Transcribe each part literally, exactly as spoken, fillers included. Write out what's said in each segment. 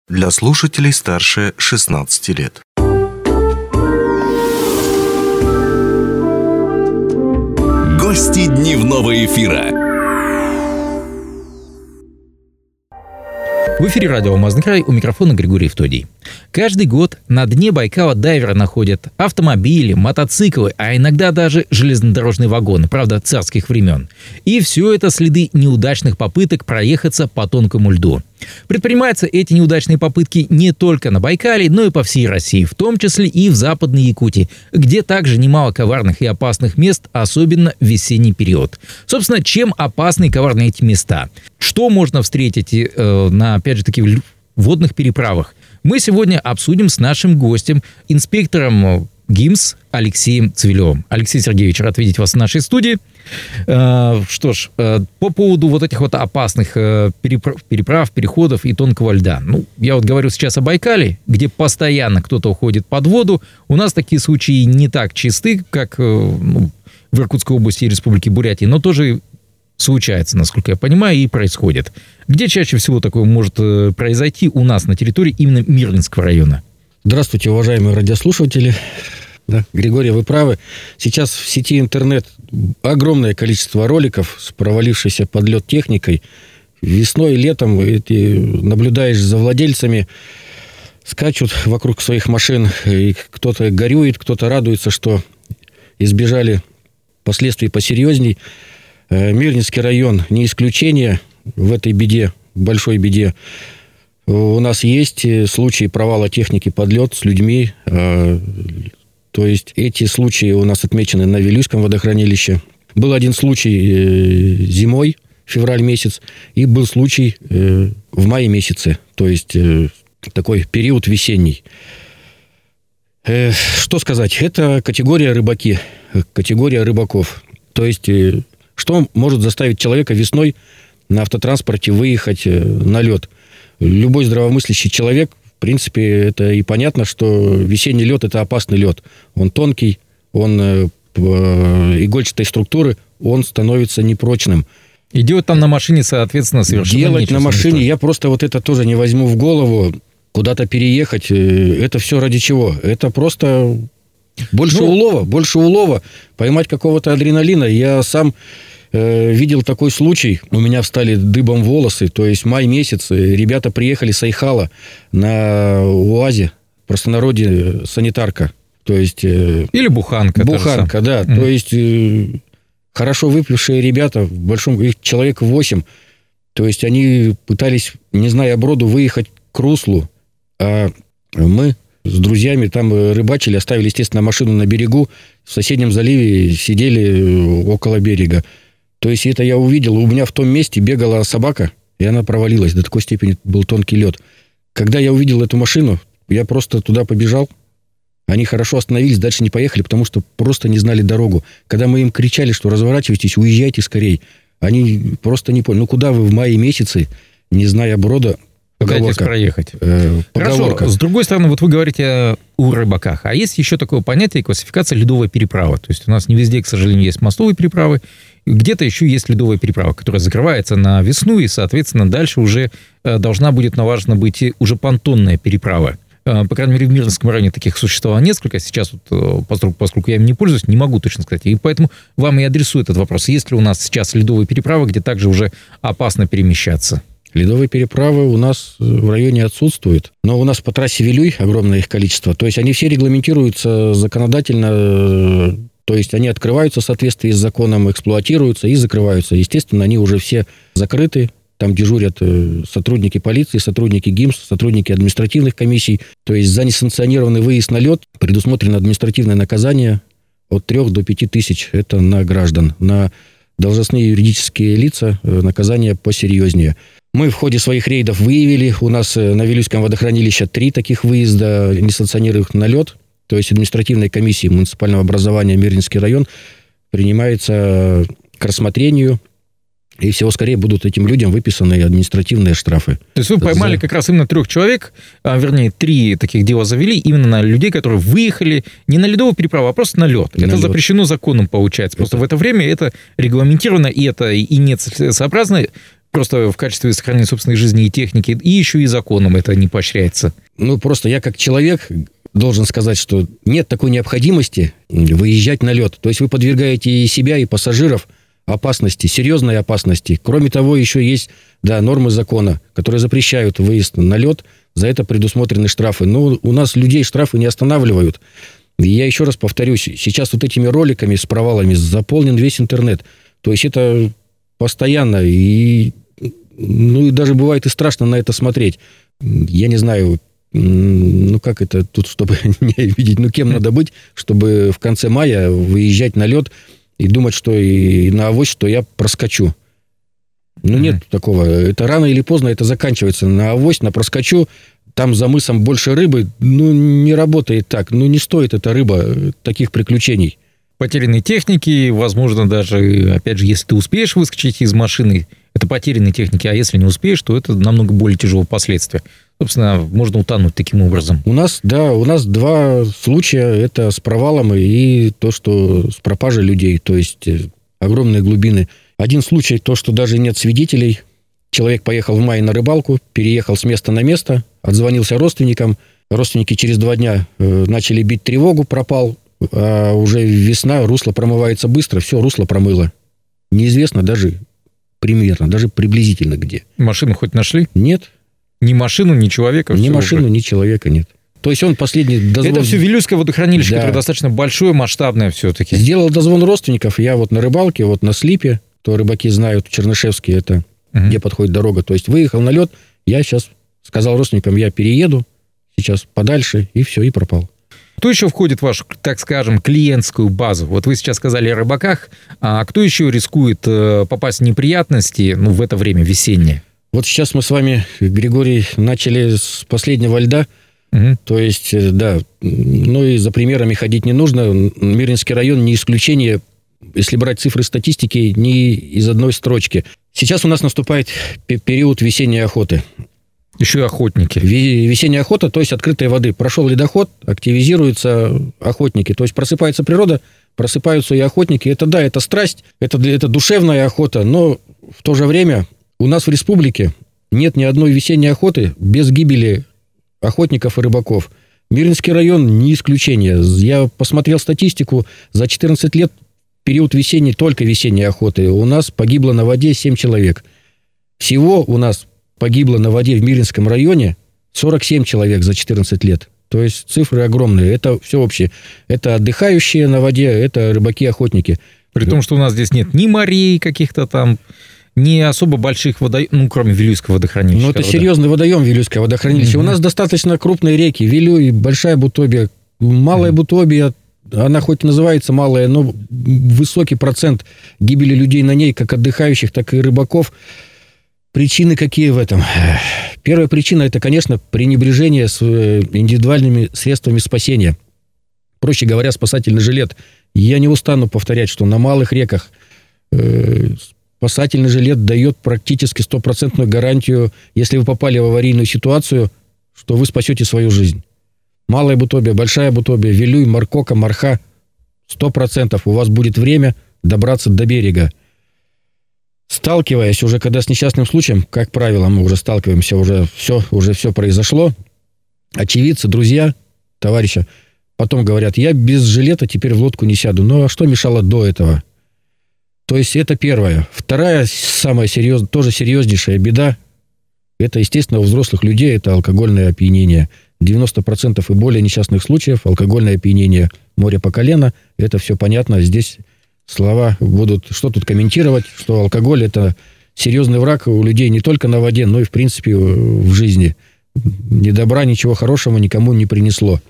для слушателей старше шестнадцати лет. Гости дневного эфира. В эфире радио «Алмазный край», у микрофона Григорий Евтодий. Каждый год на дне Байкала дайверы находят автомобили, мотоциклы, а иногда даже железнодорожные вагоны, правда, царских времен. И все это следы неудачных попыток проехаться по тонкому льду. Предпринимаются эти неудачные попытки не только на Байкале, но и по всей России, в том числе и в Западной Якутии, где также немало коварных и опасных мест, особенно в весенний период. Собственно, чем опасны и коварны эти места? Что можно встретить э, на, опять же, таких водных переправах? Мы сегодня обсудим с нашим гостем, инспектором ГИМС Алексеем Цвилевым. Алексей Сергеевич, рад видеть вас в нашей студии. Э, что ж, э, по поводу вот этих вот опасных э, переправ, переправ, переходов и тонкого льда. Ну, я вот говорю сейчас о Байкале, где постоянно кто-то уходит под воду. У нас такие случаи не так чисты, как э, ну, в Иркутской области и Республике Бурятия, но тоже случается, насколько я понимаю, и происходит. Где чаще всего такое может произойти у нас на территории именно Мирнинского района? Здравствуйте, уважаемые радиослушатели. Да, Григорий, вы правы. Сейчас в сети интернет огромное количество роликов с провалившейся под лед техникой. Весной и летом эти, наблюдаешь за владельцами, скачут вокруг своих машин, и кто-то горюет, кто-то радуется, что избежали последствий посерьезней. Мирнинский район не исключение в этой беде, большой беде. У нас есть случаи провала техники под лед с людьми. То есть эти случаи у нас отмечены на Вилюйском водохранилище. Был один случай зимой, февраль месяц, и был случай в мае месяце, то есть такой период весенний. Что сказать? Это категория рыбаки, категория рыбаков. То есть что может заставить человека весной на автотранспорте выехать на лед? Любой здравомыслящий человек, в принципе, это и понятно, что весенний лед – это опасный лед. Он тонкий, он игольчатой структуры, он становится непрочным. И делать там на машине, соответственно, совершенно Делать нечего. на машине, я просто вот это тоже не возьму в голову. Куда-то переехать, это все ради чего? Это просто больше ну, улова, больше улова, поймать какого-то адреналина. Я сам э, видел такой случай, у меня встали дыбом волосы, то есть май месяц, ребята приехали с Айхала на УАЗе, в простонародье санитарка, то есть... Э, Или буханка. Буханка, да, mm. то есть э, хорошо выпившие ребята, в большом, их человек восемь, то есть они пытались, не зная броду, выехать к руслу, а мы... с друзьями там рыбачили, оставили, естественно, машину на берегу, в соседнем заливе сидели около берега. То есть это я увидел, у меня в том месте бегала собака, и она провалилась, до такой степени был тонкий лед. Когда я увидел эту машину, я просто туда побежал, они хорошо остановились, дальше не поехали, потому что просто не знали дорогу. Когда мы им кричали, что разворачивайтесь, уезжайте скорей, они просто не поняли, ну куда вы в мае месяце, не зная брода, Поговорка. проехать. Э, Хорошо. С другой стороны, вот вы говорите о рыбаках. А есть еще такое понятие, классификация ледовая переправа. То есть у нас не везде, к сожалению, есть мостовые переправы. Где-то еще есть ледовая переправа, которая закрывается на весну, и, соответственно, дальше уже должна будет налажена быть уже понтонная переправа. По крайней мере, в Мирнинском районе таких существовало несколько. Сейчас, вот, поскольку, поскольку я им не пользуюсь, не могу точно сказать. И поэтому вам и адресую этот вопрос. Есть ли у нас сейчас ледовая переправа, где также уже опасно перемещаться? Ледовые переправы у нас в районе отсутствуют. Но у нас по трассе Вилюй огромное их количество. То есть они все регламентируются законодательно. То есть они открываются в соответствии с законом, эксплуатируются и закрываются. Естественно, они уже все закрыты. Там дежурят сотрудники полиции, сотрудники ГИМС, сотрудники административных комиссий. То есть за несанкционированный выезд на лед предусмотрено административное наказание от трех до пяти тысяч. Это на граждан. На должностные юридические лица наказание посерьезнее. Мы в ходе своих рейдов выявили, у нас на Вилюйском водохранилище три таких выезда несанкционированных на лед, то есть административной комиссии муниципального образования Мирнинский район принимается к рассмотрению, и всего скорее будут этим людям выписаны административные штрафы. То есть вы поймали За... как раз именно трех человек, а, вернее, три таких дела завели, именно на людей, которые выехали не на ледовую переправу, а просто на лед. На это лед. Запрещено законом, получается. Просто это... в это время это регламентировано, и это и нецелесообразно просто в качестве сохранения собственной жизни и техники, и еще и законом это не поощряется? Ну, просто я как человек должен сказать, что нет такой необходимости выезжать на лед. То есть вы подвергаете и себя, и пассажиров опасности, серьезной опасности. Кроме того, еще есть, да, нормы закона, которые запрещают выезд на лед. За это предусмотрены штрафы. Но у нас людей штрафы не останавливают. И я еще раз повторюсь, сейчас вот этими роликами с провалами заполнен весь интернет. То есть это постоянно. И, ну, и даже бывает и страшно на это смотреть. Я не знаю, ну, как это тут, чтобы не видеть, ну, кем надо быть, чтобы в конце мая выезжать на лед и думать, что и на авось, что я проскочу. Ну, mm-hmm. нет такого. Это рано или поздно это заканчивается. На авось, на проскочу, там за мысом больше рыбы. Ну, не работает так. Ну, не стоит эта рыба таких приключений. Потерянной техники, возможно, даже, опять же, если ты успеешь выскочить из машины, это потерянной техники, а если не успеешь, то это намного более тяжелые последствия. Собственно, можно утонуть таким образом. У нас, да, у нас два случая. Это с провалом и то, что с пропажей людей. То есть огромные глубины. Один случай, то, что даже нет свидетелей. Человек поехал в мае на рыбалку, переехал с места на место, отзвонился родственникам. Родственники через два дня начали бить тревогу, пропал. А уже весна, русло промывается быстро, все, русло промыло. Неизвестно даже примерно, даже приблизительно где. Машину хоть нашли? Нет. Ни машину, ни человека? Ни машину, уже. Ни человека нет. То есть он последний дозвон... Это все Вилюйское водохранилище, да. которое достаточно большое, масштабное все-таки. Сделал дозвон родственников. Я вот на рыбалке, вот на Слипе, то рыбаки знают, Чернышевский, это угу. где подходит дорога. То есть выехал на лед, я сейчас сказал родственникам, я перееду сейчас подальше, и все, и пропал. Кто еще входит в вашу, так скажем, клиентскую базу? Вот вы сейчас сказали о рыбаках, а кто еще рискует попасть в неприятности, ну, в это время весеннее? Вот сейчас мы с вами, Григорий, начали с последнего льда. Угу. То есть, да, ну и за примерами ходить не нужно. Мирнинский район не исключение, если брать цифры статистики, не из одной строчки. Сейчас у нас наступает период весенней охоты. Еще и охотники. Весенняя охота, то есть открытой воды. Прошел ледоход, активизируются охотники. То есть просыпается природа, просыпаются и охотники. Это да, это страсть, это, это душевная охота, но в то же время у нас в республике нет ни одной весенней охоты без гибели охотников и рыбаков. Мирнинский район не исключение. Я посмотрел статистику. За четырнадцать лет период весенней, только весенней охоты, у нас погибло на воде семь человек. Всего у нас погибло на воде в Мирнинском районе сорок семь человек за четырнадцать лет. То есть цифры огромные. Это все общее. Это отдыхающие на воде, это рыбаки-охотники. При том, что у нас здесь нет ни морей каких-то там, ни особо больших водоемов, ну, кроме Вилюйского водохранилища. Ну, это вода. серьезный водоем Вилюйское водохранилище. Mm-hmm. У нас достаточно крупные реки. Вилюй, Большая Бутобья, Малая mm-hmm. Бутобья. Она хоть называется малая, но высокий процент гибели людей на ней, как отдыхающих, так и рыбаков. Причины какие в этом? Первая причина – это, конечно, пренебрежение с индивидуальными средствами спасения. Проще говоря, спасательный жилет. Я не устану повторять, что на малых реках э, спасательный жилет дает практически стопроцентную гарантию, если вы попали в аварийную ситуацию, что вы спасете свою жизнь. Малая Бутобья, Большая Бутобья, Вилюй, Маркока, Марха – сто процентов у вас будет время добраться до берега. Сталкиваясь уже, когда с несчастным случаем, как правило, мы уже сталкиваемся, уже все, уже все произошло, очевидцы, друзья, товарища, потом говорят, я без жилета теперь в лодку не сяду. Ну, а что мешало до этого? То есть, это первое. Вторая, самая серьезная, тоже серьезнейшая беда, это, естественно, у взрослых людей, это алкогольное опьянение. девяносто процентов и более несчастных случаев, алкогольное опьянение, море по колено, это все понятно, здесь... Слова будут, что тут комментировать, что алкоголь – это серьезный враг у людей не только на воде, но и, в принципе, в жизни. Ни добра, ничего хорошего никому не принесло.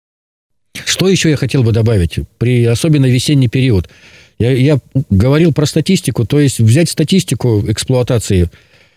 Что еще я хотел бы добавить? При особенно весенний период. Я, я говорил про статистику, то есть взять статистику эксплуатации.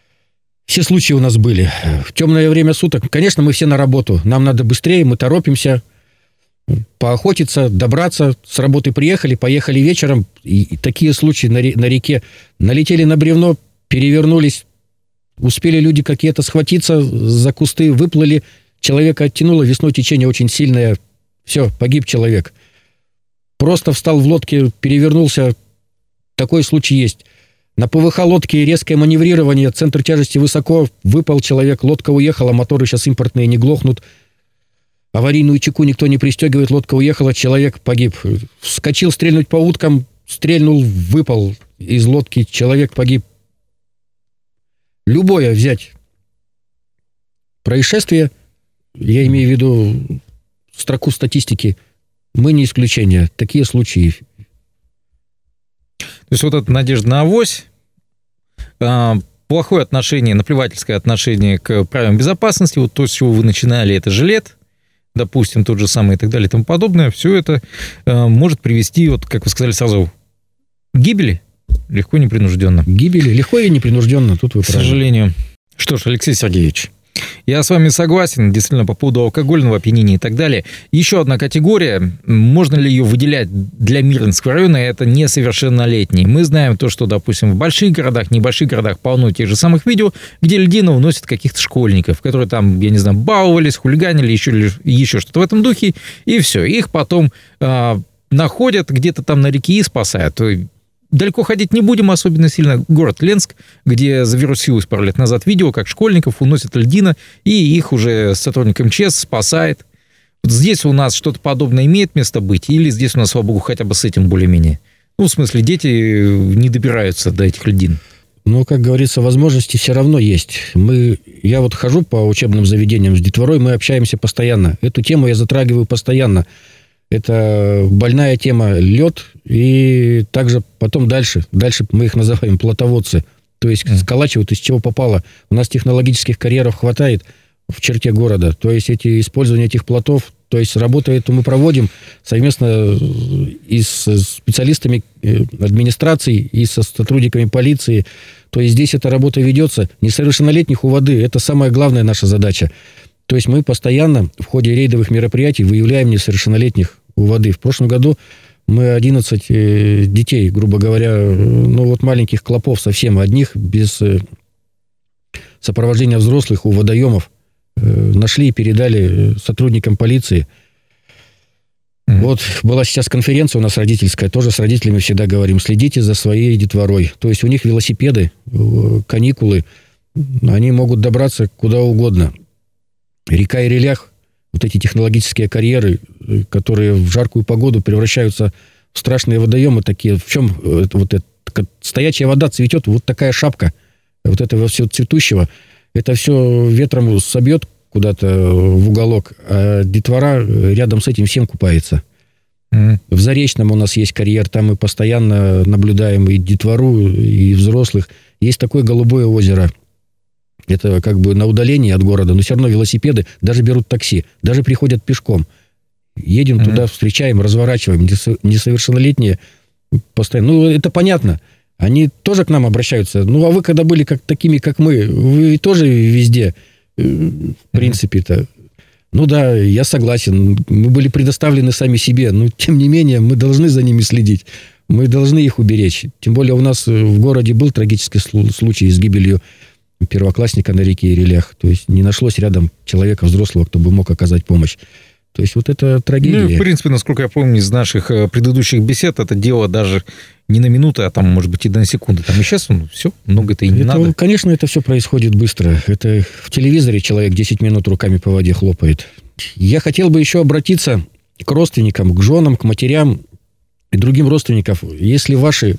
Все случаи у нас были. В темное время суток, конечно, мы все на работу. Нам надо быстрее, мы торопимся. Поохотиться, добраться, с работы приехали, поехали вечером, и, и такие случаи на, на реке. Налетели на бревно, перевернулись, успели люди какие-то схватиться за кусты, выплыли, человека оттянуло, весной течение очень сильное, все, погиб человек. Просто встал в лодке, перевернулся, такой случай есть. На ПВХ-лодке резкое маневрирование, центр тяжести высоко, выпал человек, лодка уехала, моторы сейчас импортные не глохнут. Аварийную чеку никто не пристегивает, лодка уехала, человек погиб. Вскочил стрельнуть по уткам, стрельнул, выпал из лодки, человек погиб. Любое взять происшествие, я имею в виду строку статистики, мы не исключение. Такие случаи. То есть вот эта надежда на авось, плохое отношение, наплевательское отношение к правилам безопасности, вот то, с чего вы начинали, это жилет, допустим, тот же самый и так далее и тому подобное, все это может привести, вот, как вы сказали сразу, к гибели, легко и непринужденно. Гибели легко и непринужденно, тут вы К правы. сожалению. Что ж, Алексей Сергеевич, я с вами согласен, действительно, по поводу алкогольного опьянения и так далее. Еще одна категория, можно ли ее выделять для Мирнинского района, это несовершеннолетние. Мы знаем то, что, допустим, в больших городах, небольших городах полно тех же самых видео, где льдина уносит каких-то школьников, которые там, я не знаю, баловались, хулиганили, еще, еще что-то в этом духе, и все. Их потом э, находят где-то там на реке и спасают. Далеко ходить не будем, особенно сильно город Ленск, где завирусилось пару лет назад видео, как школьников уносят льдина, и их уже сотрудник МЧС спасает. Вот здесь у нас что-то подобное имеет место быть, или здесь у нас, слава богу, хотя бы с этим более-менее? Ну, в смысле, дети не добираются до этих льдин. Но, как говорится, возможности все равно есть. Мы, я вот хожу по учебным заведениям с детворой, мы общаемся постоянно. Эту тему я затрагиваю постоянно. Это больная тема лед, и также потом дальше. Дальше мы их называем плотоводцы. То есть mm. сколачивают из чего попало. У нас технологических карьеров хватает в черте города. То есть эти, использование этих плотов, то есть работу эту мы проводим совместно и с специалистами администрации, и со сотрудниками полиции. То есть здесь эта работа ведется. Несовершеннолетних у воды – это самая главная наша задача. То есть мы постоянно в ходе рейдовых мероприятий выявляем несовершеннолетних у воды. В прошлом году мы одиннадцать детей, грубо говоря, ну вот маленьких клопов совсем одних, без сопровождения взрослых у водоемов, нашли и передали сотрудникам полиции. Mm-hmm. Вот была сейчас конференция у нас родительская, тоже с родителями всегда говорим, следите за своей детворой. То есть у них велосипеды, каникулы, они могут добраться куда угодно. Река и релях, вот эти технологические карьеры, которые в жаркую погоду превращаются в страшные водоемы такие. В чем вот эта стоячая вода цветет, вот такая шапка вот этого всего цветущего. Это все ветром собьет куда-то в уголок, а детвора рядом с этим всем купается. Mm-hmm. В Заречном у нас есть карьер, там мы постоянно наблюдаем и детвору, и взрослых. Есть такое голубое озеро. Это как бы на удалении от города, но все равно велосипеды, даже берут такси, даже приходят пешком. Едем mm-hmm. туда, встречаем, разворачиваем. Несовершеннолетние постоянно. Ну, это понятно. Они тоже к нам обращаются. Ну, а вы, когда были как, такими, как мы, вы тоже везде, в принципе-то. Mm-hmm. Ну да, я согласен. Мы были предоставлены сами себе, но, тем не менее, мы должны за ними следить. Мы должны их уберечь. Тем более у нас в городе был трагический случай с гибелью первоклассника на реке Ирелях. То есть не нашлось рядом человека взрослого, кто бы мог оказать помощь. То есть вот это трагедия. Ну, в принципе, насколько я помню из наших предыдущих бесед, это дело даже не на минуту, а там, может быть, и на секунду. Там и сейчас ну, все, много-то и не это, надо. Конечно, это все происходит быстро. Это в телевизоре человек десять минут руками по воде хлопает. Я хотел бы еще обратиться к родственникам, к женам, к матерям и другим родственникам. Если ваши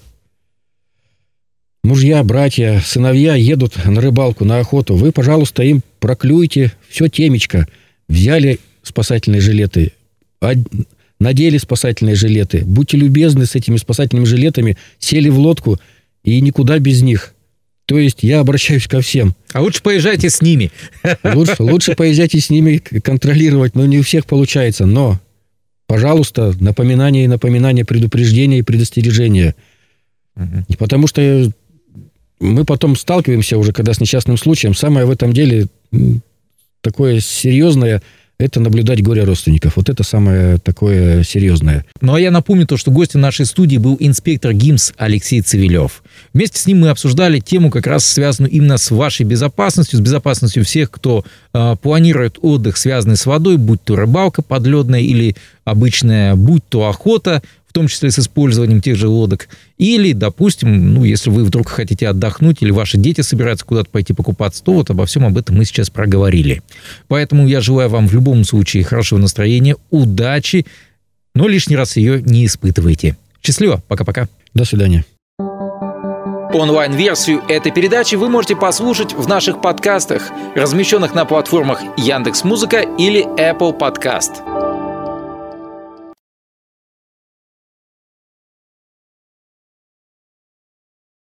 мужья, братья, сыновья едут на рыбалку, на охоту, вы, пожалуйста, им проклюйте все темечко. Взяли спасательные жилеты, надели спасательные жилеты. Будьте любезны с этими спасательными жилетами, сели в лодку и никуда без них. То есть я обращаюсь ко всем. А лучше поезжайте с ними. Лучше, лучше поезжайте с ними контролировать, но не у всех получается. Но, пожалуйста, напоминания и напоминания, предупреждения и предостережения. Угу. Потому что мы потом сталкиваемся уже, когда с несчастным случаем. Самое в этом деле такое серьезное – это наблюдать горе родственников. Вот это самое такое серьезное. Ну, а я напомню то, что гостем нашей студии был инспектор ГИМС Алексей Цивилев. Вместе с ним мы обсуждали тему, как раз связанную именно с вашей безопасностью, с безопасностью всех, кто э, планирует отдых, связанный с водой, будь то рыбалка подледная или обычная, будь то охота, в том числе с использованием тех же лодок, или, допустим, ну, если вы вдруг хотите отдохнуть, или ваши дети собираются куда-то пойти покупаться, то вот обо всем об этом мы сейчас проговорили. Поэтому я желаю вам в любом случае хорошего настроения, удачи, но лишний раз ее не испытывайте. Счастливо, пока-пока. До свидания. Онлайн-версию этой передачи вы можете послушать в наших подкастах, размещенных на платформах Яндекс.Музыка или Apple Podcast.